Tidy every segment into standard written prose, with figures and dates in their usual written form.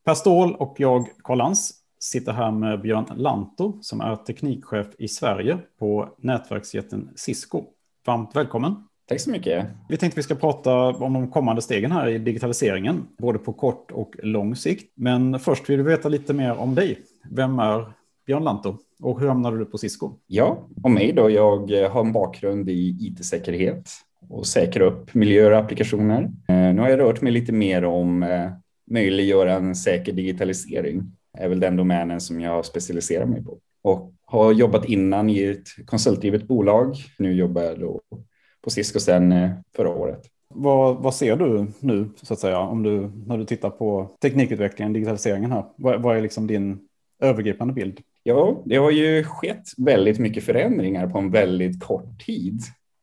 Per Ståhl och jag, Carl Lantz, sitter här med Björn Lantto som är teknikchef i Sverige på nätverksjätten Cisco. Varmt välkommen. Tack så mycket. Vi tänkte att vi ska prata om de kommande stegen här i digitaliseringen, både på kort och lång sikt. Men först vill vi veta lite mer om dig. Vem är Björn Lantto och hur hamnade du på Cisco? Ja, om mig då. Jag har en bakgrund i IT-säkerhet och säkra upp miljöer och applikationer. Nu har jag rört mig lite mer om möjliggöra en säker digitalisering. Det är väl den domänen som jag specialiserar mig på. Och har jobbat innan i ett konsultdrivet bolag. Nu jobbar jag då på Cisco sedan förra året. Vad ser du nu, så att säga, när du tittar på teknikutvecklingen, digitaliseringen här? Vad är liksom din övergripande bild? Ja, det har ju skett väldigt mycket förändringar på en väldigt kort tid.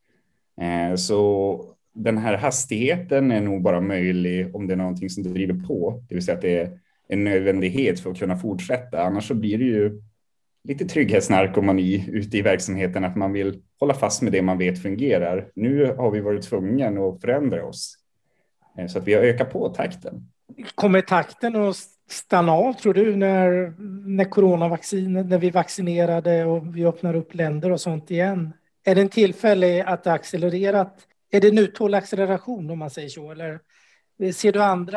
Så den här hastigheten är nog bara möjlig om det är någonting som driver på. Det vill säga att det är en nödvändighet för att kunna fortsätta. Annars så blir det ju lite trygghetsnarkomani ute i verksamheten, att man vill hålla fast med det man vet fungerar. Nu har vi varit tvungna att förändra oss. Så att vi har ökat på takten. Kommer takten att stanna av, tror du, när coronavaccinet, när vi vaccinerade och vi öppnar upp länder och sånt igen? Är det en tillfälle att det accelererat? Är det en uthållig acceleration om man säger så? Eller ser du andra,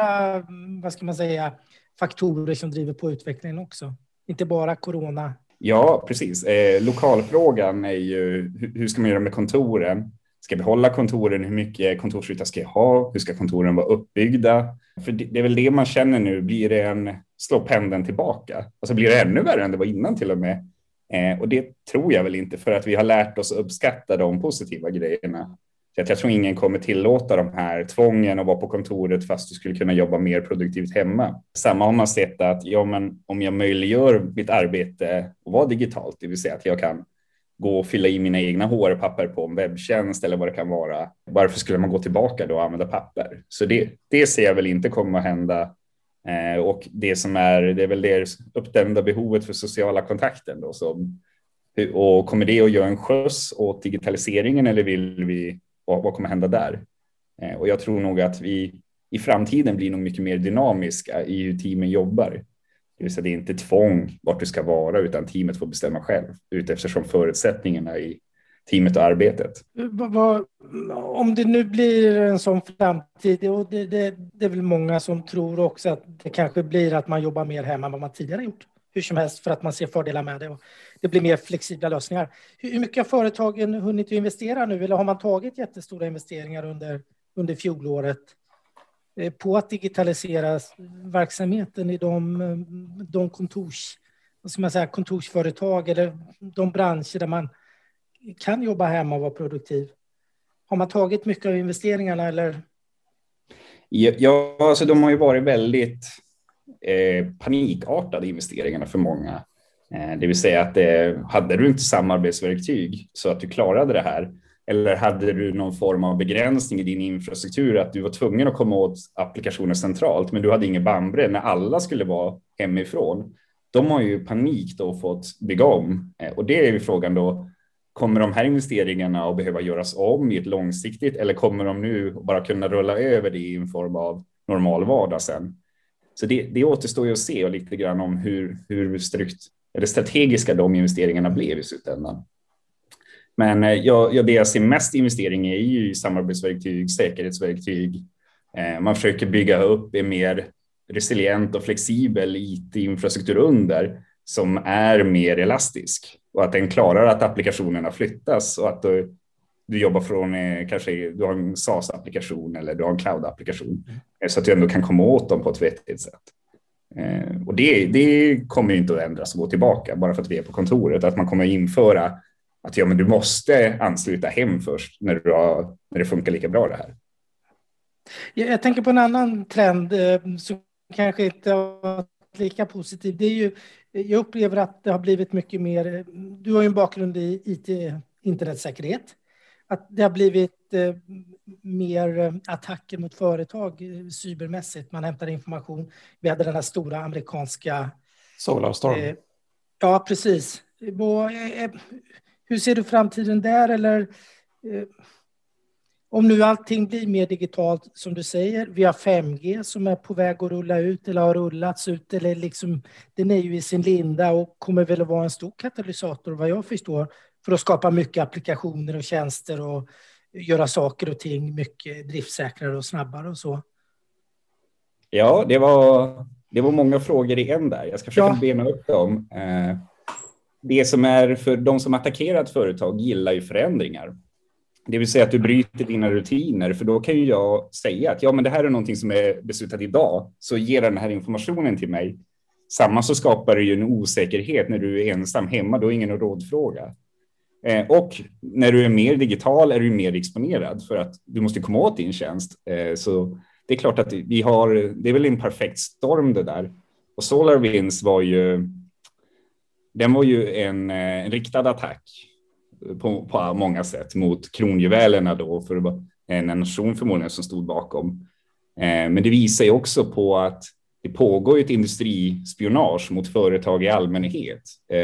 faktorer som driver på utvecklingen också? Inte bara corona? Ja, precis. Lokalfrågan är ju hur ska man göra med kontoren? Ska vi hålla kontoren? Hur mycket kontorsyta ska jag ha? Hur ska kontoren vara uppbyggda? För det är väl det man känner nu. Blir det slå pendeln tillbaka? Alltså blir det ännu värre än det var innan till och med? Och det tror jag väl inte, för att vi har lärt oss uppskatta de positiva grejerna. Så jag tror ingen kommer tillåta de här tvången att vara på kontoret fast du skulle kunna jobba mer produktivt hemma. Samma har man sett att om jag möjliggör mitt arbete och vara digitalt, det vill säga att jag kan gå och fylla i mina egna HR-papper på en webbtjänst eller vad det kan vara. Varför skulle man gå tillbaka då och använda papper? Så det ser jag väl inte kommer att hända. Och det är väl det uppdämda behovet för sociala kontakten då. Och kommer det att göra en skjuts åt digitaliseringen, eller vill vi, vad kommer hända där? Och jag tror nog att vi i framtiden blir nog mycket mer dynamiska i hur teamen jobbar. Det vill säga det är inte tvång vart du ska vara, utan teamet får bestämma själv eftersom förutsättningarna i teamet och arbetet. Om det nu blir en sån framtid, och det är väl många som tror också att det kanske blir att man jobbar mer hemma än vad man tidigare gjort. Hur som helst, för att man ser fördelar med det och det blir mer flexibla lösningar. Hur mycket har företagen hunnit investera nu, eller har man tagit jättestora investeringar under fjolåret på att digitalisera verksamheten i de kontorsföretag eller de branscher där man kan jobba hemma och vara produktiv? Har man tagit mycket av investeringarna eller? Ja, alltså de har ju varit väldigt panikartade investeringarna för många. Det vill säga att hade du inte samarbetsverktyg så att du klarade det här, eller hade du någon form av begränsning i din infrastruktur, att du var tvungen att komma åt applikationer centralt, men du hade ingen bandbredd när alla skulle vara hemifrån. De har ju panik då fått bygga om. Och det är ju frågan då, kommer de här investeringarna att behöva göras om i ett långsiktigt, eller kommer de nu bara kunna rulla över det i en form av normal vardag sen? Så det återstår ju att se, och lite grann om hur strategiska de investeringarna blev i slutändan. Men det jag ser mest investering är ju samarbetsverktyg, säkerhetsverktyg. Man försöker bygga upp en mer resilient och flexibel IT-infrastruktur under, som är mer elastisk, och att den klarar att applikationerna flyttas, och att du jobbar från kanske du har en SaaS-applikation eller du har en cloud-applikation, så att du ändå kan komma åt dem på ett vettigt sätt. Och det kommer inte att ändras och gå tillbaka bara för att vi är på kontoret, att man kommer att införa att men du måste ansluta hem först när det funkar lika bra det här. Jag tänker på en annan trend som kanske inte är lika positiv. Det är ju, jag upplever att det har blivit mycket mer, du har ju en bakgrund i IT, internetsäkerhet, att det har blivit mer attacker mot företag cybermässigt. Man hämtar information. Vi hade den här stora amerikanska SolarStorm. Ja, precis. Hur ser du framtiden där? Eller Om nu allting blir mer digitalt, som du säger, vi har 5G som är på väg att rulla ut eller har rullats ut, eller liksom, den är ju i sin linda och kommer väl att vara en stor katalysator vad jag förstår för att skapa mycket applikationer och tjänster och göra saker och ting mycket driftsäkrare och snabbare och så. Ja, det var många frågor i en där. Jag ska försöka bena upp dem. Det som är för de som attackerar ett företag gillar ju förändringar. Det vill säga att du bryter dina rutiner, för då kan ju jag säga att men det här är någonting som är beslutat idag, så ge den här informationen till mig. Samma så skapar det ju en osäkerhet när du är ensam hemma, då är ingen rådfråga. Och när du är mer digital är du mer exponerad för att du måste komma åt din tjänst. Så det är klart att det är väl en perfekt storm det där. Och SolarWinds var ju en riktad attack på många sätt mot kronjuvelerna då, för en nation förmodligen som stod bakom. Men det visar ju också på att det pågår ett industrispionage mot företag i allmänhet.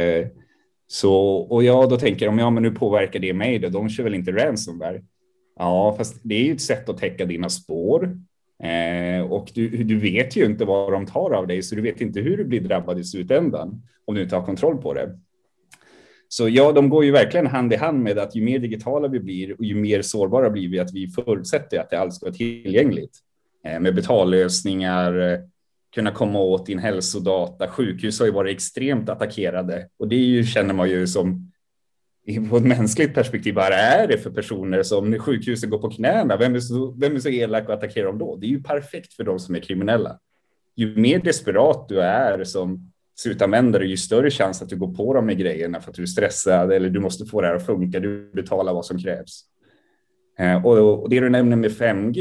Och jag då tänker men nu påverkar det mig då, de kör väl inte ransomware? Ja, fast det är ju ett sätt att täcka dina spår. Och du vet ju inte vad de tar av dig, så du vet inte hur du blir drabbad i slutändan om du inte har kontroll på det. Så de går ju verkligen hand i hand med att ju mer digitala vi blir och ju mer sårbara blir vi, att vi förutsätter att det allt ska vara tillgängligt. Med betallösningar, kunna komma åt din hälsodata. Sjukhus har ju varit extremt attackerade, och det känner man ju som på ett mänskligt perspektiv, vad är det för personer som när sjukhuset går på knäna? Vem är så elak och attackerar dem då? Det är ju perfekt för de som är kriminella. Ju mer desperat du är som slutanvändare, ju större chans att du går på dem med grejerna för att du är stressad eller du måste få det här att funka. Du betalar vad som krävs. Och det du nämner med 5G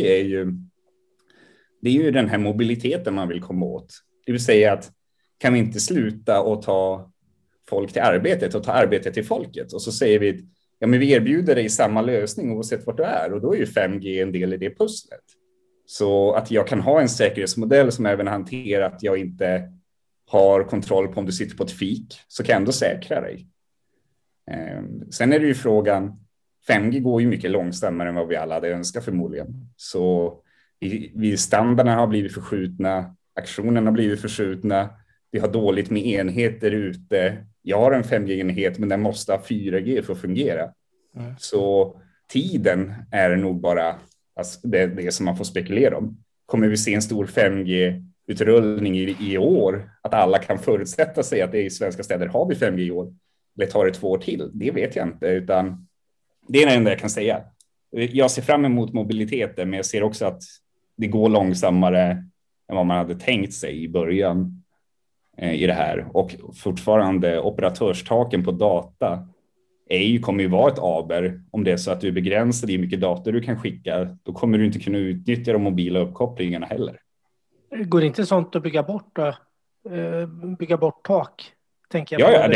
det är ju den här mobiliteten man vill komma åt. Det vill säga att kan vi inte sluta och ta folk till arbetet och ta arbetet till folket? Och så säger vi att vi erbjuder dig samma lösning oavsett vart du är, och då är ju 5G en del i det pusslet. Så att jag kan ha en säkerhetsmodell som även hanterar att jag inte har kontroll på om du sitter på ett fik, så kan jag ändå säkra dig. Sen är det ju frågan, 5G går ju mycket långsammare än vad vi alla hade önskat förmodligen. Så standarderna har blivit förskjutna, aktionerna har blivit förskjutna, vi har dåligt med enheter ute. Jag har en 5G-enhet, men den måste ha 4G för att fungera. Så tiden är nog bara det som man får spekulera om. Kommer vi se en stor 5G-utrullning i år? Att alla kan förutsätta sig att det i svenska städer har vi 5G i år? Eller tar det 2 år till? Det vet jag inte, utan det är det enda jag kan säga. Jag ser fram emot mobiliteten, men jag ser också att det går långsammare än vad man hade tänkt sig i början i det här. Och fortfarande operatörstaken på data kommer ju vara ett aber. Om det är så att du är begränsad i hur mycket data du kan skicka, då kommer du inte kunna utnyttja de mobila uppkopplingarna heller. Går inte sånt att bygga bort då? Bygga bort tak? Tänker jag. Ja,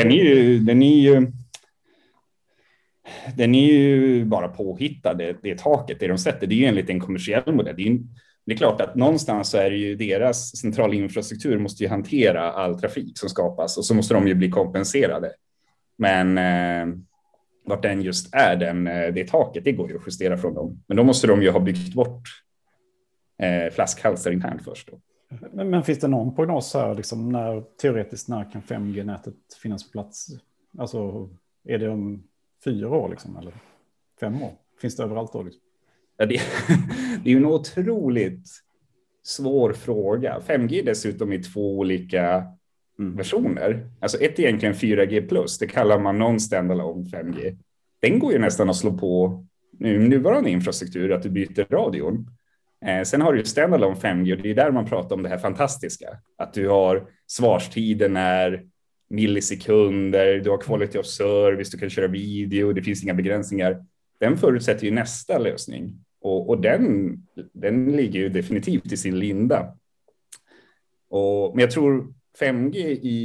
den är ju bara påhittad, det taket, det de sätter. Det är ju enligt en kommersiell modell. Det är klart att någonstans så är det ju deras centrala infrastruktur måste ju hantera all trafik som skapas, och så måste de ju bli kompenserade. Men vart den just är, det taket, det går ju att justera från dem. Men då måste de ju ha byggt bort flaskhalsar internt först då. Men finns det någon prognos här, liksom, teoretiskt när kan 5G-nätet finnas på plats? Alltså, är det om 4 år liksom, eller 5 år? Finns det överallt då? Liksom? Ja, det är ju en otroligt svår fråga. 5G dessutom i 2 olika versioner. Alltså ett är egentligen 4G+, det kallar man non-standalone 5G. Den går ju nästan att slå på nuvarande infrastruktur, att du byter radion. Sen har du standalone 5G, och det är där man pratar om det här fantastiska. Att du har svarstiden är millisekunder, du har quality of service, du kan köra video, det finns inga begränsningar. Den förutsätter ju nästa lösning. Och den ligger ju definitivt i sin linda. Men jag tror 5G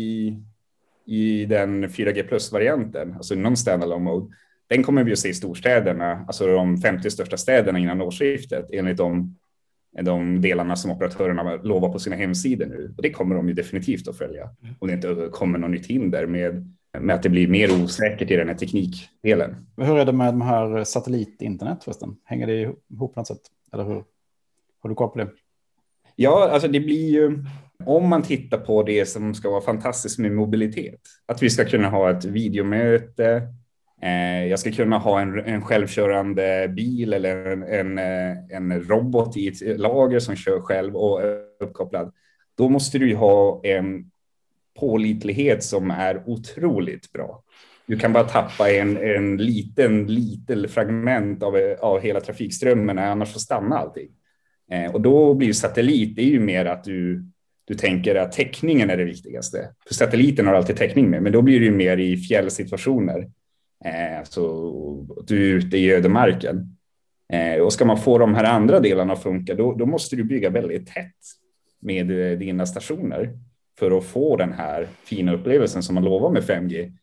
i den 4G+-varianten, alltså non-standalone mode, den kommer vi att se i storstäderna, alltså de 50 största städerna innan årsskiftet, enligt de delarna som operatörerna lovar på sina hemsidor nu. Och det kommer de ju definitivt att följa. Om det inte kommer något nytt hinder med med att det blir mer osäkert i den här teknikdelen. Hur är det med de här satellitinternet förresten? Hänger det ihop på något sätt? Eller hur? Har du koll på det? Ja, alltså det blir ju, om man tittar på det som ska vara fantastiskt med mobilitet, att vi ska kunna ha ett videomöte, jag ska kunna ha en självkörande bil eller en robot i ett lager som kör själv och är uppkopplad. Då måste du ju ha en pålitlighet som är otroligt bra. Du kan bara tappa en liten fragment av hela trafikströmmen, annars så stannar allting. Och då blir ju satellit, det är ju mer att du tänker att täckningen är det viktigaste. För satelliten har alltid täckning med, men då blir det ju mer i fjällsituationer. Så du är ute i ödemarken. Och ska man få de här andra delarna att funka, då måste du bygga väldigt tätt med dina stationer för att få den här fina upplevelsen som man lovar med 5G.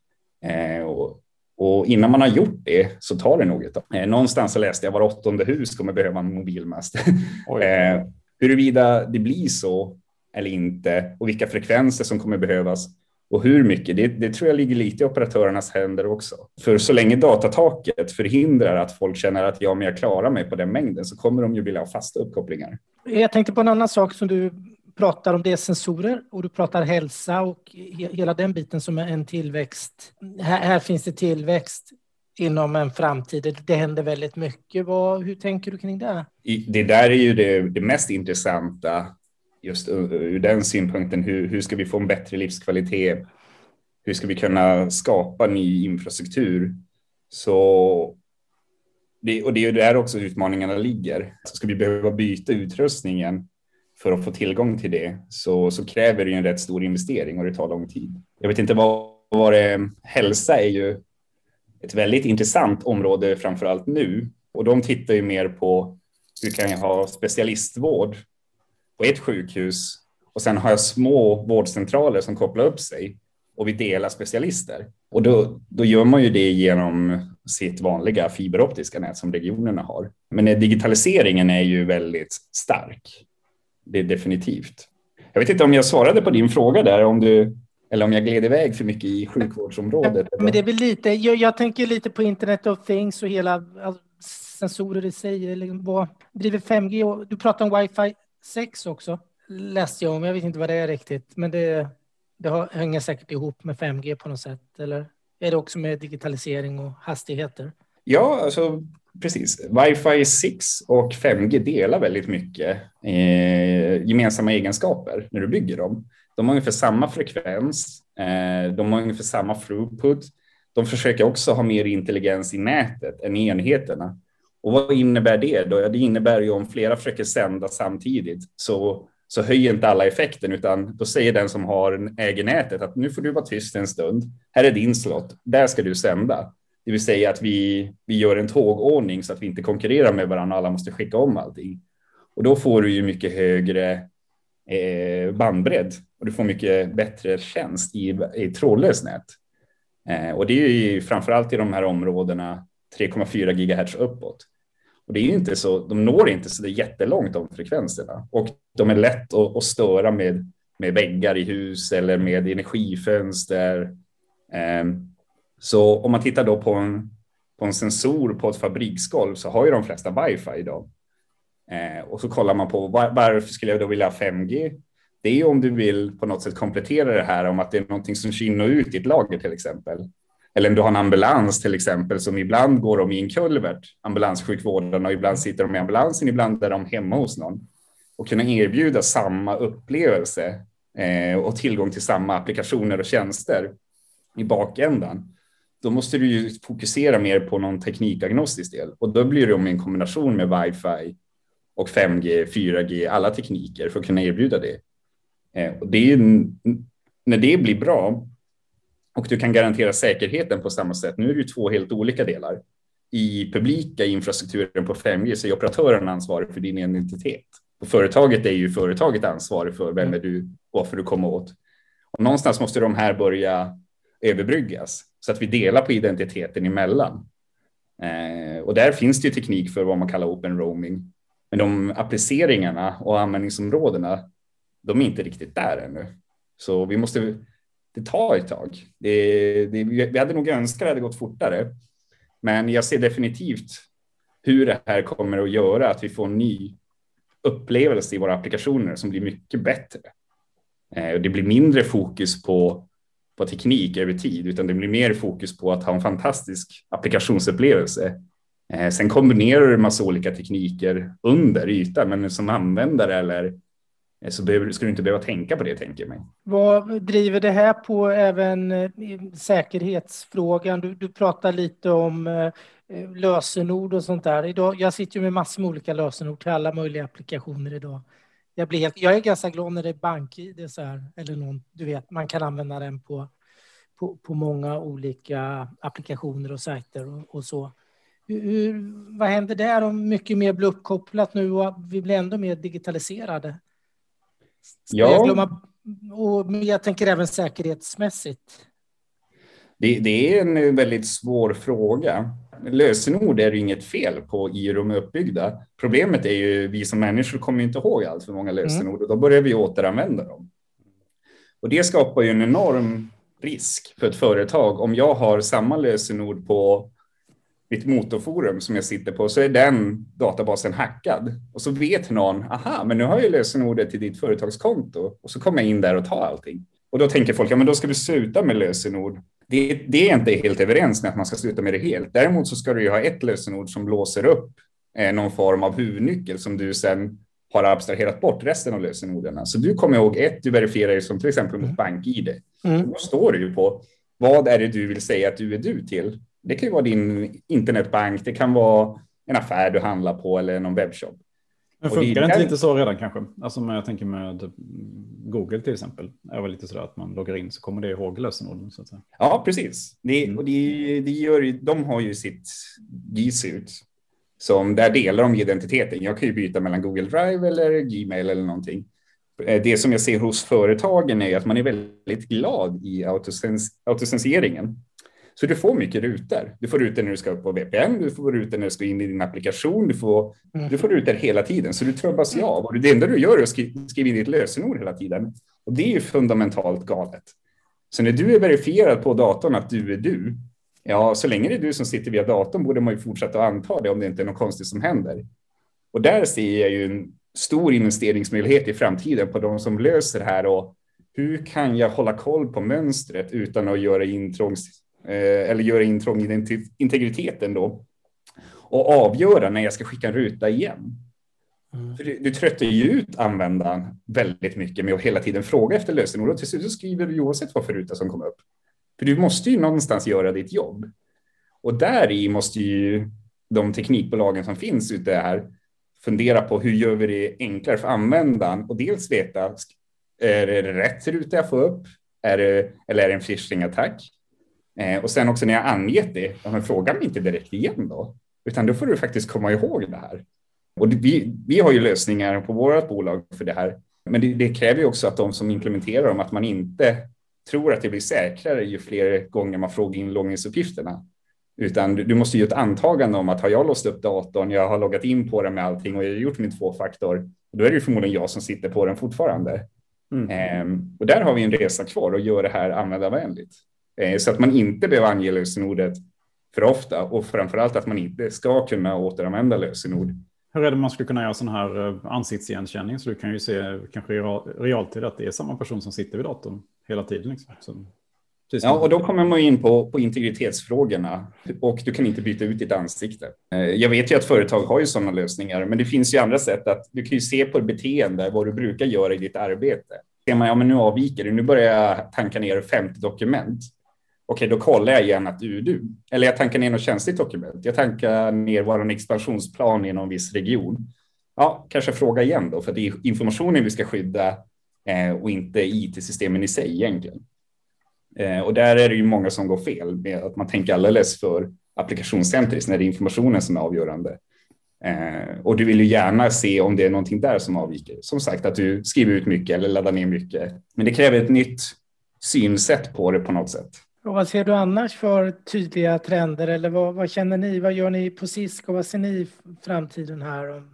Och innan man har gjort det så tar det något. Någonstans så läste jag var 8:e hus kommer behöva en mobilmast. Huruvida det blir så eller inte och vilka frekvenser som kommer behövas och hur mycket, det tror jag ligger lite i operatörernas händer också. För så länge datataket förhindrar att folk känner att men jag klarar mig på den mängden, så kommer de ju vilja ha fasta uppkopplingar. Jag tänkte på en annan sak som du pratar om, det är sensorer och du pratar hälsa och hela den biten som är en tillväxt. Här finns det tillväxt inom en framtid. Det händer väldigt mycket. Hur tänker du kring det? Det där är ju det mest intressanta just ur den synpunkten. Hur ska vi få en bättre livskvalitet? Hur ska vi kunna skapa ny infrastruktur? Och det är ju där också utmaningarna ligger. Så ska vi behöva byta utrustningen för att få tillgång till det, så kräver det ju en rätt stor investering och det tar lång tid. Jag vet inte vad det... Hälsa är ju ett väldigt intressant område framförallt nu. Och de tittar ju mer på hur kan jag ha specialistvård på ett sjukhus och sen har jag små vårdcentraler som kopplar upp sig och vi delar specialister. Och då gör man ju det genom sitt vanliga fiberoptiska nät som regionerna har. Men digitaliseringen är ju väldigt stark. Det är definitivt. Jag vet inte om jag svarade på din fråga där, eller om jag gled iväg för mycket i sjukvårdsområdet. Men det är väl lite, jag tänker lite på Internet of Things och hela sensorer i sig. Eller vad driver 5G? Du pratar om Wi-Fi 6 också. Läste jag om, jag vet inte vad det är riktigt. Men det hänger säkert ihop med 5G på något sätt. Eller är det också med digitalisering och hastigheter? Ja, alltså precis. Wi-Fi 6 och 5G delar väldigt mycket gemensamma egenskaper när du bygger dem. De har ungefär samma frekvens, de har ungefär samma throughput. De försöker också ha mer intelligens i nätet än i enheterna. Och vad innebär det då? Ja, det innebär ju om flera försöker sända samtidigt så höjer inte alla effekten, utan då säger den som äger nätet att nu får du vara tyst en stund. Här är din slott, där ska du sända. Det vill säga att vi gör en tågordning så att vi inte konkurrerar med varandra och alla måste skicka om allting. Och då får du ju mycket högre bandbredd och du får mycket bättre tjänst i trådlöst nät. Och det är ju framförallt i de här områdena 3,4 gigahertz uppåt. Och det är ju inte så, de når inte så det är jättelångt de frekvenserna. Och de är lätt att störa med väggar i hus eller med energifönster. Så om man tittar då på en sensor på ett fabriksgolv så har ju de flesta wifi idag. Och så kollar man på varför skulle jag då vilja ha 5G? Det är ju om du vill på något sätt komplettera det här om att det är någonting som kör in och ut i ett lager till exempel. Eller om du har en ambulans till exempel som ibland går de i en kulvert, ambulanssjukvården, och ibland sitter de i ambulansen, ibland är de hemma hos någon. Och kunna erbjuda samma upplevelse och tillgång till samma applikationer och tjänster i bakändan. Då måste du ju fokusera mer på någon teknikagnostisk del. Och då blir det om en kombination med Wi-Fi och 5G, 4G, alla tekniker för att kunna erbjuda det. Och det är, när det blir bra och du kan garantera säkerheten på samma sätt. Nu är det ju två helt olika delar. I publika infrastrukturen på 5G så är operatören ansvarig för din identitet. Och företaget är ju företaget ansvarig för vem är du, varför du kommer åt. Och någonstans måste de här börja överbryggas så att vi delar på identiteten emellan. Och där finns det ju teknik för vad man kallar open roaming. Men de appliceringarna och användningsområdena, de är inte riktigt där ännu. Så vi måste det tar ett tag. Vi hade nog önskat att det hade gått fortare. Men jag ser definitivt hur det här kommer att göra att vi får en ny upplevelse i våra applikationer som blir mycket bättre. Och det blir mindre fokus på teknik över tid, utan det blir mer fokus på att ha en fantastisk applikationsupplevelse. Sen kombinerar du en massa olika tekniker under ytan, men som användare eller så ska du inte behöva tänka på det, tänker jag mig. Vad driver det här på även säkerhetsfrågan? Du pratar lite om lösenord och sånt där. Idag, jag sitter ju med massor med olika lösenord till alla möjliga applikationer idag. Jag är ganska glad när det är BankID så här, eller någon, du vet, man kan använda den på många olika applikationer och sajter och så. Vad händer där om mycket mer blir uppkopplat nu och vi blir ändå mer digitaliserade? Jag tänker även säkerhetsmässigt. Det är en väldigt svår fråga. Lösenord är det inget fel på i hur de är uppbyggda. Problemet är ju vi som människor kommer inte ihåg allt för många lösenord och då börjar vi återanvända dem. Och det skapar ju en enorm risk för ett företag. Om jag har samma lösenord på mitt motorforum som jag sitter på, så är den databasen hackad. Och så vet någon, men nu har jag lösenordet till ditt företagskonto. Och så kommer jag in där och tar allting. Och då tänker folk, men då ska du sluta med lösenord. Det är inte helt överens med att man ska sluta med det helt. Däremot så ska du ju ha ett lösenord som låser upp någon form av huvudnyckel som du sen har abstraherat bort resten av lösenorderna. Så du kommer ihåg du verifierar ju som till exempel mot BankID. Då står det ju på vad är det du vill säga att du är du till. Det kan ju vara din internetbank, det kan vara en affär du handlar på eller någon webbshop. Men funkar det inte lite så redan kanske? Alltså jag tänker med Google till exempel. Det var lite sådär att man loggar in så kommer det ihåg lösenorden så att säga. Ja, precis. Och de har ju sitt G-Suite som där delar de identiteten. Jag kan ju byta mellan Google Drive eller Gmail eller någonting. Det som jag ser hos företagen är att man är väldigt glad i autocensieringen. Så du får mycket rutor. Du får rutor när du ska upp på VPN, du får rutor när du ska in i din applikation, du får rutor hela tiden. Så du trubbas ju av. Och det enda du gör är att skriva in ditt lösenord hela tiden. Och det är ju fundamentalt galet. Så när du är verifierad på datorn att du är du, ja, så länge det är du som sitter via datorn borde man ju fortsätta att anta det om det inte är något konstigt som händer. Och där ser jag ju en stor investeringsmöjlighet i framtiden på de som löser det här och hur kan jag hålla koll på mönstret utan att göra intrång i integriteten då och avgöra när jag ska skicka en ruta igen. För du tröttar ju ut användaren väldigt mycket med att hela tiden fråga efter lösenord och till slut så skriver du oavsett vad för ruta som kommer upp. För du måste ju någonstans göra ditt jobb. Och där i måste ju de teknikbolagen som finns ute här fundera på hur gör vi det enklare för användaren och dels veta, är det rätt ruta jag får upp? Eller är det en phishing-attack? Och sen också när jag angett det, men frågar mig inte direkt igen då. Utan då får du faktiskt komma ihåg det här. Och vi har ju lösningar på vårt bolag för det här. Men det kräver ju också att de som implementerar dem, att man inte tror att det blir säkrare ju fler gånger man frågar in loggningsuppgifterna. Utan du måste ju ett antagande om att har jag låst upp datorn, jag har loggat in på den med allting och jag har gjort min 2-faktor, då är det ju förmodligen jag som sitter på den fortfarande. Och där har vi en resa kvar och gör det här användarvänligt. Så att man inte behöver ange lösenordet för ofta och framförallt att man inte ska kunna återanvända lösenord. Hur är det man skulle kunna göra sån här ansiktsigenkänning så du kan ju se kanske i realtid att det är samma person som sitter vid datorn hela tiden. Liksom. Ja, och då kommer man in på integritetsfrågorna och du kan inte byta ut ditt ansikte. Jag vet ju att företag har ju sådana lösningar, men det finns ju andra sätt att du kan ju se på ett beteende vad du brukar göra i ditt arbete. Ser man, ja men nu avviker du, nu börjar jag tanka ner 50 dokument. Okej, då kollar jag igen att du är du. Eller jag tankar ner något känsligt dokument. Jag tankar ner vår expansionsplan i någon viss region. Ja, kanske fråga igen då, för det är informationen vi ska skydda och inte IT-systemen i sig egentligen. Och där är det ju många som går fel med att man tänker alldeles för applikationscentriskt när det är informationen som är avgörande. Och du vill ju gärna se om det är någonting där som avviker. Som sagt att du skriver ut mycket eller laddar ner mycket. Men det kräver ett nytt synsätt på det på något sätt. Och vad ser du annars för tydliga trender eller vad känner ni? Vad gör ni på SISK och vad ser ni i framtiden här om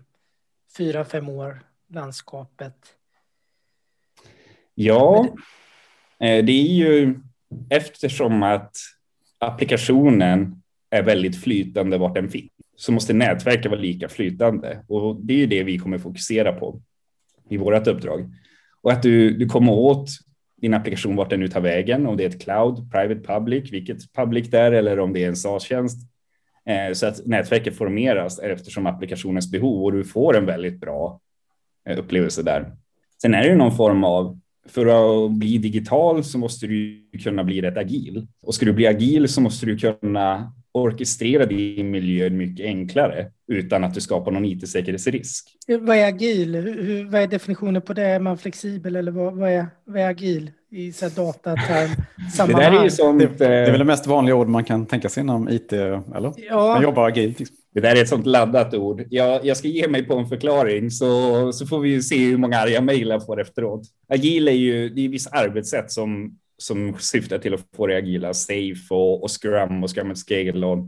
4-5 år, landskapet? Ja, Det är ju eftersom att applikationen är väldigt flytande vart den finns, så måste nätverket vara lika flytande. Och det är ju det vi kommer fokusera på i vårt uppdrag. Och att du kommer åt din applikation vart den nu tar vägen, om det är ett cloud, private, public, vilket public där, eller om det är en SaaS-tjänst. Så att nätverket formeras eftersom applikationens behov, och du får en väldigt bra upplevelse där. Sen är det någon form av, för att bli digital så måste du kunna bli rätt agil. Och ska du bli agil så måste du kunna orkestrera din miljö mycket enklare utan att du skapar någon IT-säkerhetsrisk. Vad är agil? Vad är definitionen på det? Är man flexibel eller vad är agil i dataterm? Det där är ju sånt, det är väl det mest vanliga ord man kan tänka sig inom IT, eller? Ja. Man jobbar agilt. Liksom. Det där är ett sånt laddat ord. Jag ska ge mig på en förklaring så får vi se hur många arga mejl jag får efteråt. Agil är ju det är vissa arbetssätt som syftar till att få det agila, safe och Scrum och Scrum at Scale. Och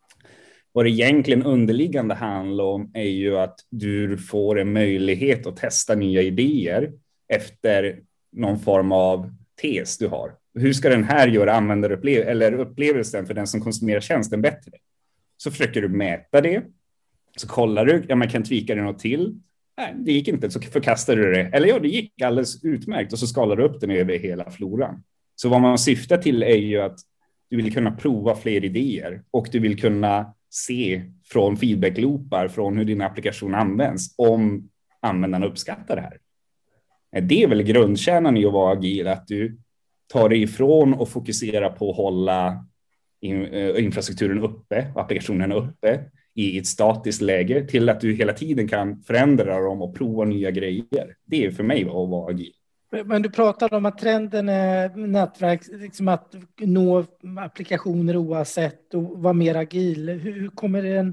vad det egentligen underliggande handlar om är ju att du får en möjlighet att testa nya idéer efter någon form av tes du har. Hur ska den här göra upplevelsen för den som konsumerar tjänsten bättre? Så försöker du mäta det. Så kollar du, man kan tweaka det något till. Nej, det gick inte, så förkastar du det. Eller det gick alldeles utmärkt, och så skalar du upp den över hela floran. Så vad man syftar till är ju att du vill kunna prova fler idéer, och du vill kunna se från feedbackloopar från hur din applikation används om användarna uppskattar det här. Det är väl grundkärnan i att vara agil, att du tar dig ifrån och fokuserar på att hålla infrastrukturen uppe och applikationen uppe i ett statiskt läge till att du hela tiden kan förändra dem och prova nya grejer. Det är för mig att vara agil. Men du pratar om att trenden är nätverk, liksom att nå applikationer oavsett och vara mer agil. Hur kommer den,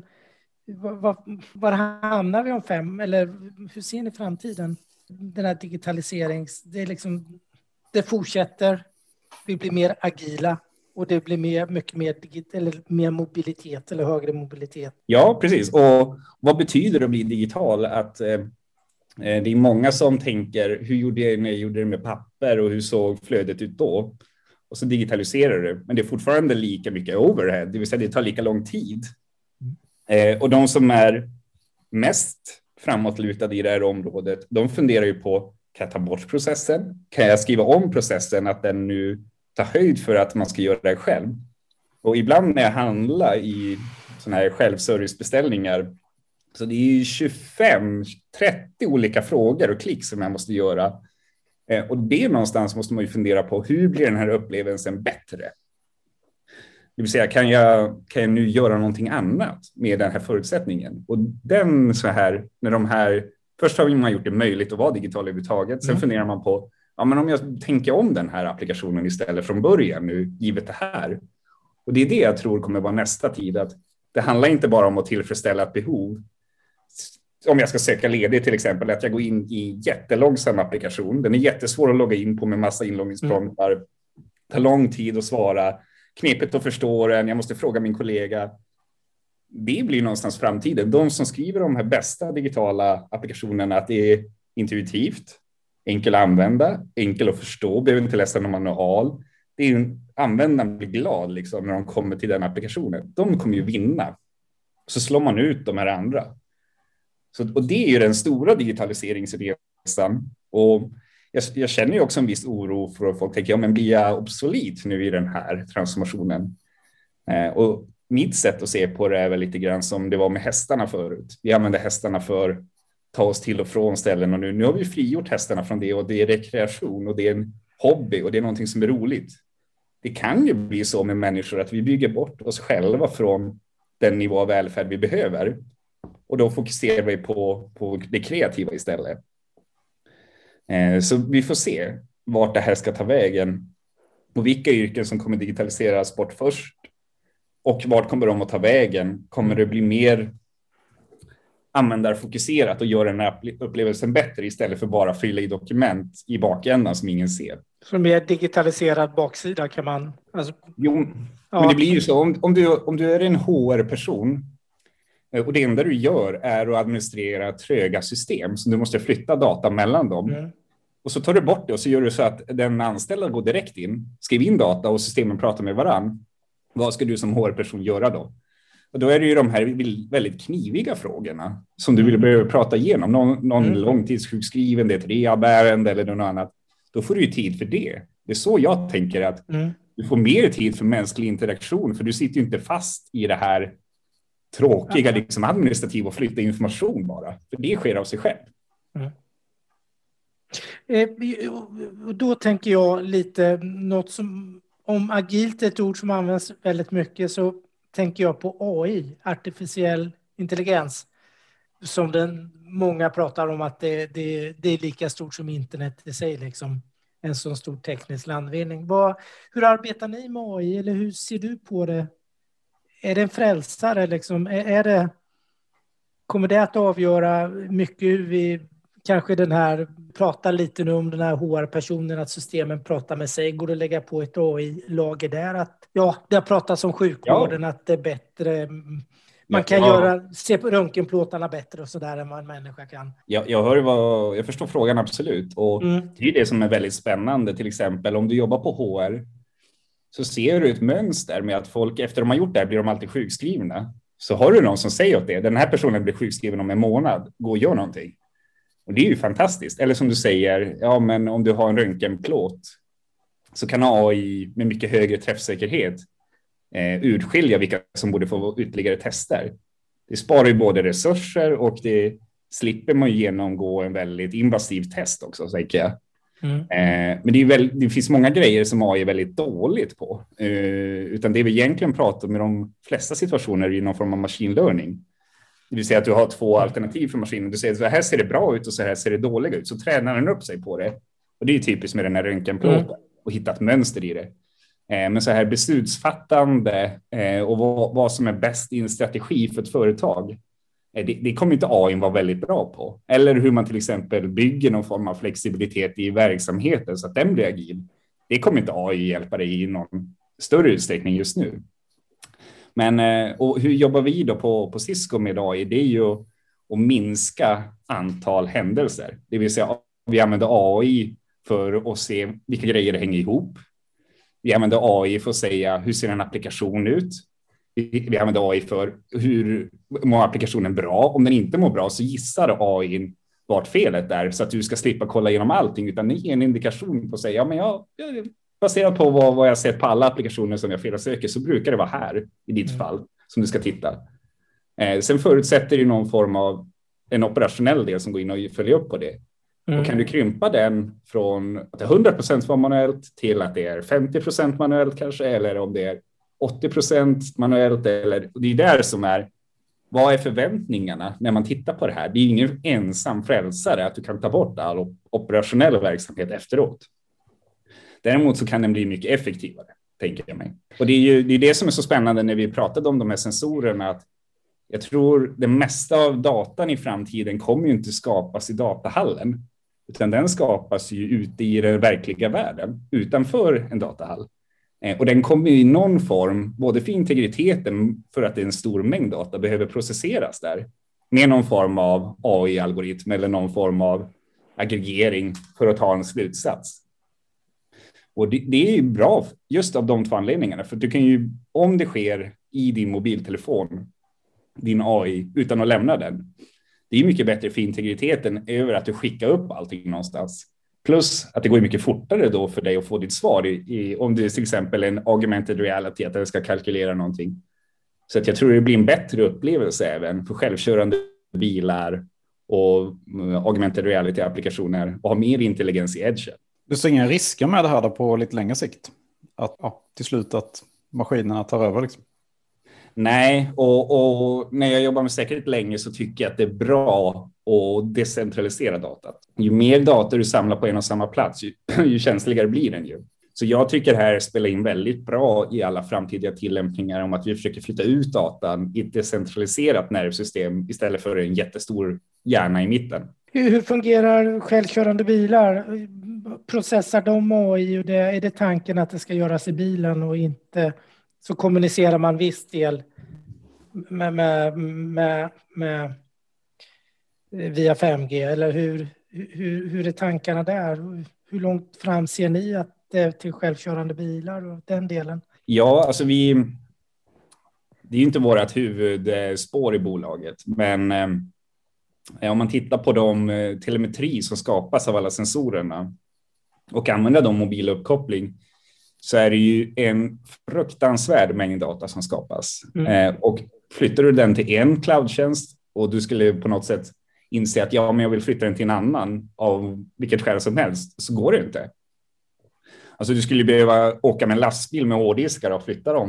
var hamnar vi om 5, eller hur ser ni framtiden? Den här digitaliserings, det fortsätter, vi blir mer agila och det blir mycket mer mer mobilitet eller högre mobilitet. Ja, precis. Och vad betyder det att bli digital? Att det är många som tänker, hur gjorde jag när jag gjorde det med papper och hur såg flödet ut då? Och så digitaliserar du, men det är fortfarande lika mycket overhead, det vill säga det tar lika lång tid. Och de som är mest framåtlutade i det här området, de funderar ju på, kan jag ta bort processen? Kan jag skriva om processen att den nu tar höjd för att man ska göra det själv? Och ibland när jag handlar i sådana här självservicebeställningar, så det är ju 25-30 olika frågor och klick som jag måste göra. Och det någonstans måste man ju fundera på, hur blir den här upplevelsen bättre? Det vill säga, kan jag nu göra någonting annat med den här förutsättningen? Och den så här, när de här, först har man gjort det möjligt att vara digital överhuvudtaget. Sen funderar man på, men om jag tänker om den här applikationen istället från början nu, givet det här. Och det är det jag tror kommer vara nästa tid, att det handlar inte bara om att tillfredsställa ett behov. Om jag ska söka ledigt till exempel, att jag går in i jättelångsam applikation. Den är jättesvår att logga in på med massa inloggningspromptar. Tar lång tid att svara. Knepigt att förstå den. Jag måste fråga min kollega. Det blir någonstans framtiden. De som skriver de här bästa digitala applikationerna, att det är intuitivt, enkel att använda, enkel att förstå, behöver inte läsa någon manual. Det är ju, användaren blir glad liksom, när de kommer till den applikationen. De kommer ju vinna. Så slår man ut de här andra. Och det är ju den stora digitaliseringsresan. Och jag känner ju också en viss oro för att folk tänker, men blir jag obsolet nu i den här transformationen? Och mitt sätt att se på det är väl lite grann som det var med hästarna förut. Vi använde hästarna för att ta oss till och från ställen, och nu har vi frigjort hästarna från det, och det är rekreation och det är en hobby och det är någonting som är roligt. Det kan ju bli så med människor att vi bygger bort oss själva från den nivå av välfärd vi behöver. Och då fokuserar vi på det kreativa istället. Så vi får se vart det här ska ta vägen. Och vilka yrken som kommer digitaliseras bort först. Och vart kommer de att ta vägen? Kommer det bli mer användarfokuserat och göra den här upplevelsen bättre istället för bara fylla i dokument i bakändan som ingen ser? Så mer digitaliserad baksida kan man... Alltså, jo, men det blir ju så. Om du är en HR-person och det enda du gör är att administrera tröga system, så du måste flytta data mellan dem. Och så tar du bort det och så gör du så att den anställda går direkt in, skriver in data och systemen pratar med varann. Vad ska du som HR-person göra då? Och då är det ju de här väldigt kniviga frågorna som du vill behöva prata igenom. Någon långtidssjukskriven, det är ett rehabärende eller något annat. Då får du ju tid för det. Det är så jag tänker att du får mer tid för mänsklig interaktion, för du sitter ju inte fast i det här tråkiga liksom administrativa och flytta information bara. För det sker av sig själv. Och då tänker jag lite något som, om agilt är ett ord som används väldigt mycket, så tänker jag på AI, artificiell intelligens, som många pratar om att det är lika stort som internet i sig, liksom en så stor teknisk landvinning. Hur arbetar ni med AI, eller hur ser du på det? Är det en frälsare liksom? Kommer det att avgöra mycket hur vi kanske pratar lite nu om den här HR-personen, att systemen pratar med sig? Går det att lägga på ett AI-lager där? Det har pratats om sjukvården, att det är bättre. Man kan se på röntgenplåtarna bättre och sådär än vad en människa kan. Jag förstår frågan absolut. Och det är det som är väldigt spännande. Till exempel om du jobbar på HR så ser du ett mönster med att folk efter de har gjort det här blir de alltid sjukskrivna. Så har du någon som säger åt det, den här personen blir sjukskriven om en månad, gå och gör någonting. Och det är ju fantastiskt. Eller som du säger, men om du har en röntgenplåt så kan AI med mycket högre träffsäkerhet urskilja vilka som borde få ytterligare tester. Det sparar ju både resurser och det slipper man genomgå en väldigt invasiv test också, tänker jag. Men det finns många grejer som AI är väldigt dåligt på. Utan det vi egentligen pratar med de flesta situationer i någon form av machine learning. Det vill säga att du har två alternativ för maskinen. Du säger så här ser det bra ut och så här ser det dåligt ut. Så tränar den upp sig på det. Och det är typiskt med den här röntgenplåten. Och hitta ett mönster i det. Men så här beslutsfattande och vad som är bäst i en strategi för ett företag. Det kommer inte AI vara väldigt bra på. Eller hur man till exempel bygger någon form av flexibilitet i verksamheten så att den blir agil. Det kommer inte AI hjälpa dig i någon större utsträckning just nu. Men och hur jobbar vi då på Cisco med AI? Det är ju att minska antal händelser. Det vill säga vi använder AI för att se vilka grejer det hänger ihop. Vi använder AI för att säga hur ser en applikation ut. Vi använder AI för hur mår applikationen bra. Om den inte mår bra så gissar AI vart felet är så att du ska slippa kolla igenom allting, utan det är en indikation på att säga baserat på vad jag sett på alla applikationer som jag felsöker så brukar det vara här i ditt fall som du ska titta. Sen förutsätter det någon form av en operationell del som går in och följer upp på det. Och kan du krympa den från att det är 100% var manuellt till att det är 50% manuellt kanske, eller om det är 80% manuellt, eller det är där som är, vad är förväntningarna när man tittar på det här? Det är ingen ensam frälsare att du kan ta bort all operationell verksamhet efteråt. Däremot så kan den bli mycket effektivare, tänker jag mig. Och det är det som är så spännande när vi pratade om de här sensorerna, att jag tror det mesta av datan i framtiden kommer ju inte skapas i datahallen, utan den skapas ju ute i den verkliga världen, utanför en datahall. Och den kommer i någon form, både för integriteten, för att det är en stor mängd data, behöver processeras där, med någon form av AI-algoritm eller någon form av aggregering för att ta en slutsats. Och det är ju bra just av de två anledningarna, för du kan ju, om det sker i din mobiltelefon, din AI, utan att lämna den, det är mycket bättre för integriteten över att du skickar upp allting någonstans. Plus att det går mycket fortare då för dig att få ditt svar om det är till exempel en augmented reality, att den ska kalkylera någonting. Så att jag tror det blir en bättre upplevelse även för självkörande bilar och augmented reality-applikationer och ha mer intelligens i edge. Du ser inga risker med det här då på lite längre sikt? Att till slut att maskinerna tar över liksom? Nej, och när jag jobbar med säkerhet länge så tycker jag att det är bra att decentralisera datat. Ju mer data du samlar på en och samma plats, ju känsligare blir den ju. Så jag tycker det här spelar in väldigt bra i alla framtida tillämpningar om att vi försöker flytta ut datan i ett decentraliserat nervsystem istället för en jättestor hjärna i mitten. Hur fungerar självkörande bilar? Processar de AI och är det tanken att det ska göras i bilen och inte så kommunicerar man viss del med via 5G, eller hur är tankarna där? Hur långt fram ser ni att det är till självkörande bilar och den delen? Ja, alltså det är ju inte vårt huvudspår i bolaget, men om man tittar på de telemetri som skapas av alla sensorerna och använder dem mobiluppkoppling, så är det ju en fruktansvärd mängd data som skapas. Och flyttar du den till en cloudtjänst och du skulle på något sätt inse att men jag vill flytta den till en annan av vilket skäl som helst, så går det inte. Alltså du skulle behöva åka med en lastbil med hårddiskar och flytta dem.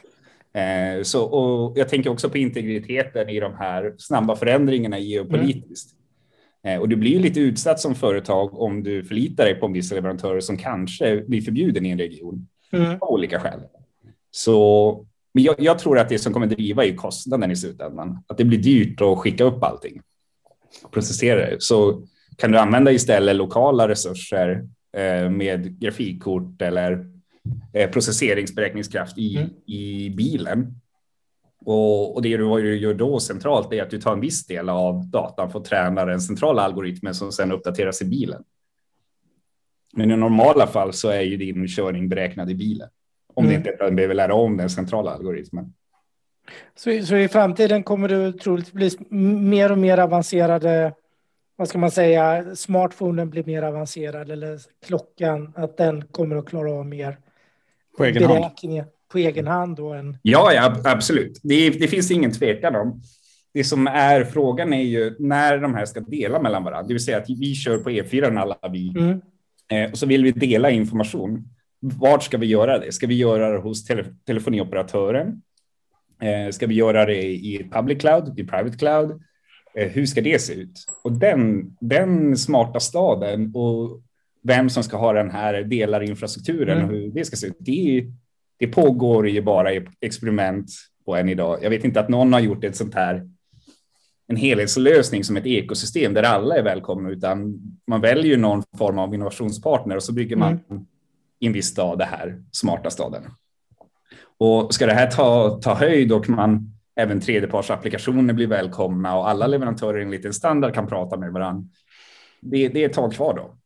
Och jag tänker också på integriteten i de här snabba förändringarna geopolitiskt. Och du blir ju lite utsatt som företag om du förlitar dig på en viss leverantör som kanske blir förbjuden i en region av olika skäl. Men jag tror att det som kommer driva är kostnaden i slutändan. Att det blir dyrt att skicka upp allting och processera det. Så kan du använda istället lokala resurser med grafikkort eller processeringsberäkningskraft i bilen. Och det du gör då centralt är att du tar en viss del av datan för att träna den centrala algoritmen som sedan uppdateras i bilen. Men i normala fall så är ju din körning beräknad i bilen. Om det inte är att den behöver lära om den centrala algoritmen. Så i framtiden kommer det troligt bli mer och mer avancerade, vad ska man säga, smartphonen blir mer avancerad eller klockan, att den kommer att klara av mer beräkningar på egen hand då än... Ja, absolut. Det finns ingen tvekan om. Det som är frågan är ju när de här ska dela mellan varandra. Det vill säga att vi kör på E4 alla vi. Och så vill vi dela information. Vart ska vi göra det? Ska vi göra det hos telefonioperatören? Ska vi göra det i public cloud, i private cloud? Hur ska det se ut? Och den smarta staden och vem som ska ha den här delarinfrastrukturen och hur det ska se ut, det pågår ju bara i experiment på än idag. Jag vet inte att någon har gjort ett sånt här, en helhetslösning som ett ekosystem där alla är välkomna, utan man väljer någon form av innovationspartner och så bygger man i en viss stad det här smarta staden. Och ska det här ta höjd och man även tredjepartsapplikationer blir välkomna och alla leverantörer i en liten standard kan prata med varandra. Det är ett tag kvar då.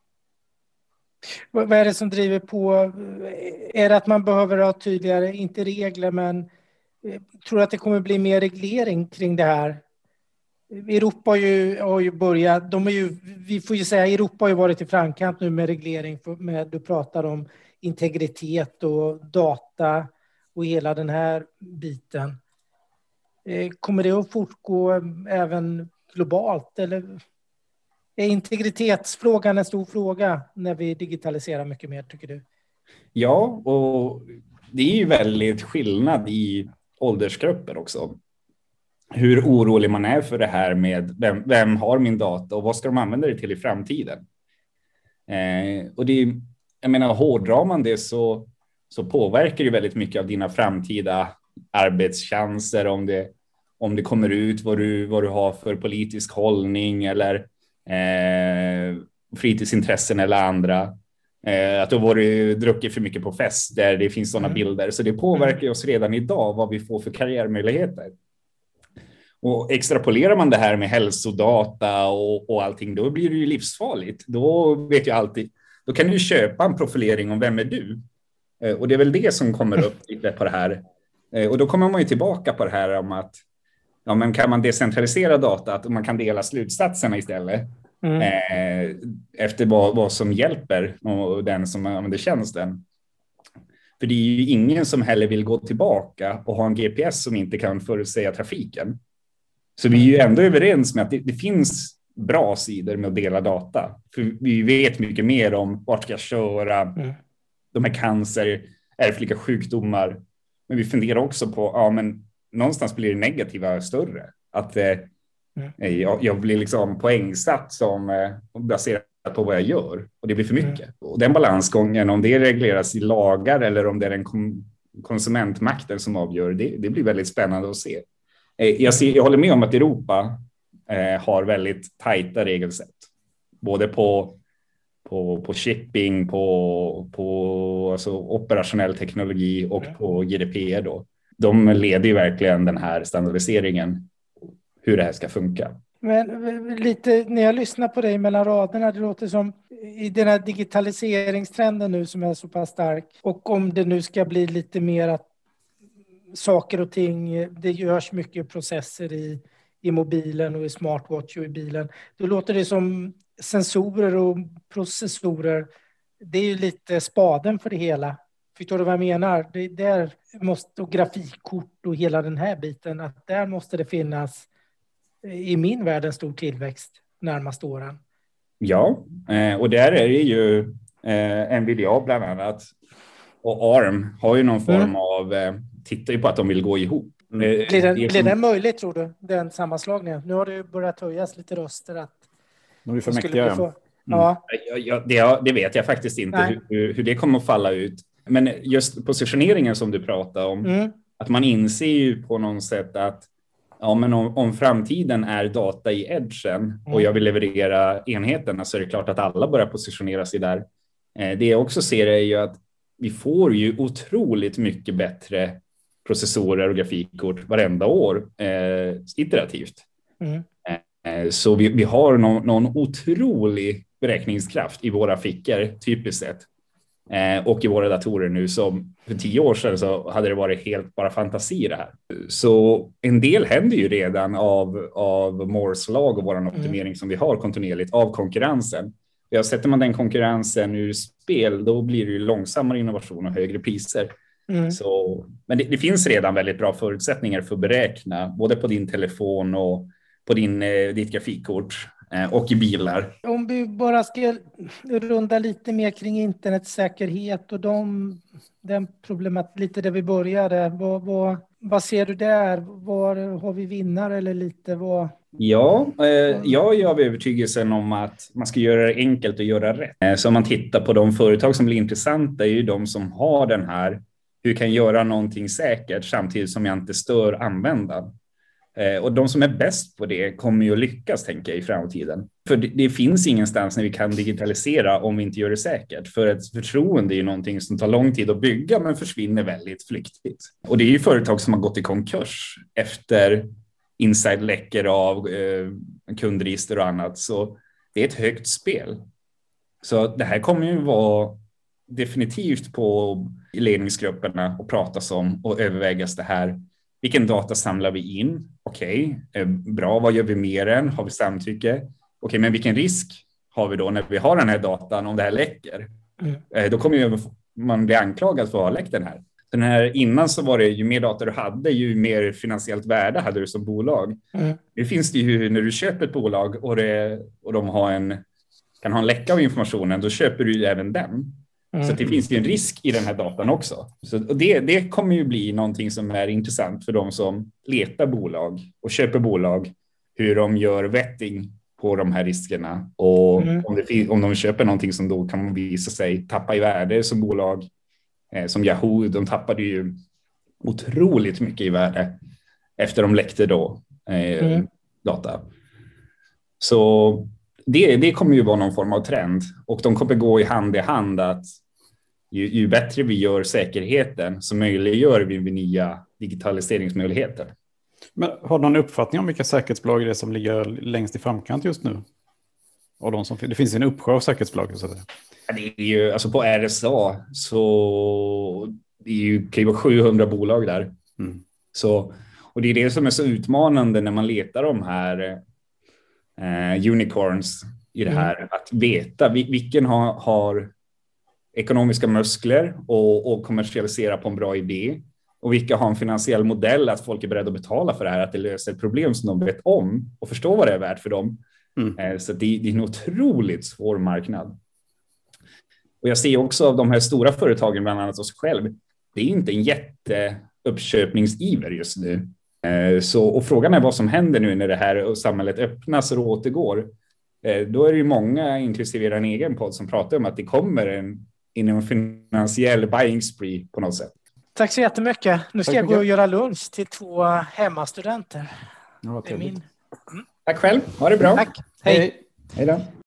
Vad är det som driver på? Är det att man behöver ha tydligare, inte regler, men tror att det kommer bli mer reglering kring det här? Europa har ju börjat, vi får ju säga, Europa har ju varit i framkant nu med reglering, du pratar om integritet och data och hela den här biten. Kommer det att fortgå även globalt, eller är integritetsfrågan en stor fråga när vi digitaliserar mycket mer, tycker du? Ja, och det är ju väldigt skillnad i åldersgrupper också. Hur orolig man är för det här med vem har min data och vad ska de använda det till i framtiden? Och jag menar, hårdrar man det så påverkar det väldigt mycket av dina framtida arbetschanser, om det kommer ut vad du har för politisk hållning eller fritidsintressen eller andra. Att du har druckit för mycket på fester, det finns sådana bilder. Så det påverkar oss redan idag vad vi får för karriärmöjligheter. Och extrapolerar man det här med hälsodata och allting, då blir det ju livsfarligt. Då vet jag alltid, då kan du köpa en profilering om vem är du. Och det är väl det som kommer upp lite på det här. Och då kommer man ju tillbaka på det här om att men kan man decentralisera data, att man kan dela slutsatserna istället efter vad som hjälper den som använder tjänsten. För det är ju ingen som heller vill gå tillbaka och ha en GPS som inte kan förutsäga trafiken. Så vi är ju ändå överens med att det finns bra sidor med att dela data. För vi vet mycket mer om vart ska jag köra, de här cancer, ärftliga sjukdomar. Men vi funderar också på, men någonstans blir det negativa större. Att jag blir liksom poängsatt som baserat på vad jag gör. Och det blir för mycket. Och den balansgången, om det regleras i lagar eller om det är den konsumentmakten som avgör, det blir väldigt spännande att se. Jag håller med om att Europa har väldigt tajta regelsätt. Både på shipping, på alltså operationell teknologi och på GDPR då. De leder ju verkligen den här standardiseringen, hur det här ska funka. Men lite när jag lyssnar på dig mellan raderna, det låter som i den här digitaliseringstrenden nu som är så pass stark, och om det nu ska bli lite mer att saker och ting, det görs mycket processer i mobilen och i smartwatch och i bilen, då låter det som sensorer och processorer, det är ju lite spaden för det hela. Förstår du vad jag menar? Det där måste, och grafikkort och hela den här biten, att där måste det finnas i min värld en stor tillväxt närmaste åren. Ja, och där är det ju Nvidia bland annat och ARM har ju någon form av, tittar ju på att de vill gå ihop. Blir det möjligt, tror du, den sammanslagningen? Nu har det ju börjat höjas lite röster att de är för mäktiga. Ja, det vet jag faktiskt inte hur det kommer att falla ut. Men just positioneringen som du pratar om, att man inser ju på något sätt att men om framtiden är data i edgen och jag vill leverera enheterna, så är det klart att alla börjar positionera sig där. Det jag också ser är ju att vi får ju otroligt mycket bättre processorer och grafikkort varenda år iterativt. Så vi har någon otrolig beräkningskraft i våra fickor typiskt sett. Och i våra datorer nu, som för 10 år sedan så hade det varit helt bara fantasi det här. Så en del händer ju redan av Moores lag och vår optimering som vi har kontinuerligt av konkurrensen. Sätter man den konkurrensen ur spel, då blir det ju långsammare innovation och högre priser. Så, men det finns redan väldigt bra förutsättningar för att beräkna, både på din telefon och på ditt grafikkort. Och i bilar. Om vi bara ska runda lite mer kring internetsäkerhet och den problematiken, lite där vi började. Vad ser du där? Var har vi vinnare eller lite vad? Ja, jag är av övertygelsen om att man ska göra det enkelt och göra rätt. Så om man tittar på de företag som blir intressanta är ju de som har den här, hur kan jag göra någonting säkert samtidigt som jag inte stör användaren. Och de som är bäst på det kommer ju att lyckas, tänker jag, i framtiden. För det finns ingenstans när vi kan digitalisera om vi inte gör det säkert. För ett förtroende är ju någonting som tar lång tid att bygga men försvinner väldigt flyktigt. Och det är ju företag som har gått i konkurs efter inside-läckor av kundregister och annat. Så det är ett högt spel. Så det här kommer ju vara definitivt på ledningsgrupperna och pratas om och övervägas det här. Vilken data samlar vi in? Okej, bra. Vad gör vi mer än? Har vi samtycke? Okej, men vilken risk har vi då när vi har den här datan om det här läcker? Då kommer ju man bli anklagad för att ha läckt den här. Den här innan så var det ju mer data du hade, ju mer finansiellt värde hade du som bolag. Nu finns det ju när du köper ett bolag och de kan ha en läcka av informationen, då köper du ju även den. Så det finns ju en risk i den här datan också. Så det kommer ju bli någonting som är intressant för de som letar bolag och köper bolag, hur de gör vetting på de här riskerna. Och om de köper någonting som då kan visa sig tappa i värde som bolag, som Yahoo, de tappade ju otroligt mycket i värde efter de läckte då data. Så det kommer ju vara någon form av trend, och de kommer gå i hand att ju bättre vi gör säkerheten så möjliggör vi nya digitaliseringsmöjligheter. Men har du någon uppfattning om vilka säkerhetsbolag det är som ligger längst i framkant just nu? Och det finns en uppsjö av säkerhetsbolag. Så att säga. Det är ju, alltså på RSA så det är ju kring 700 bolag där. Så, och det är det som är så utmanande när man letar de här unicorns i det här, att veta vilken har ekonomiska muskler och kommersialisera på en bra idé, och vilka har en finansiell modell att folk är beredda att betala för det här, att det löser ett problem som de vet om och förstår vad det är värt för dem. Så det är en otroligt svår marknad. Och jag ser också av de här stora företagen, bland annat oss själv, det är inte en jätteuppköpningsiver just nu. Och frågan är vad som händer nu när det här samhället öppnas och återgår. Då är det ju många, inklusive en egen podd, som pratar om att det kommer en finansiell buying spree på något sätt. Tack så jättemycket. Nu ska jag gå och göra lunch till 2 hemmastudenter. Ja, det är min. Tack själv. Ha det bra. Tack. Hej. Hej då.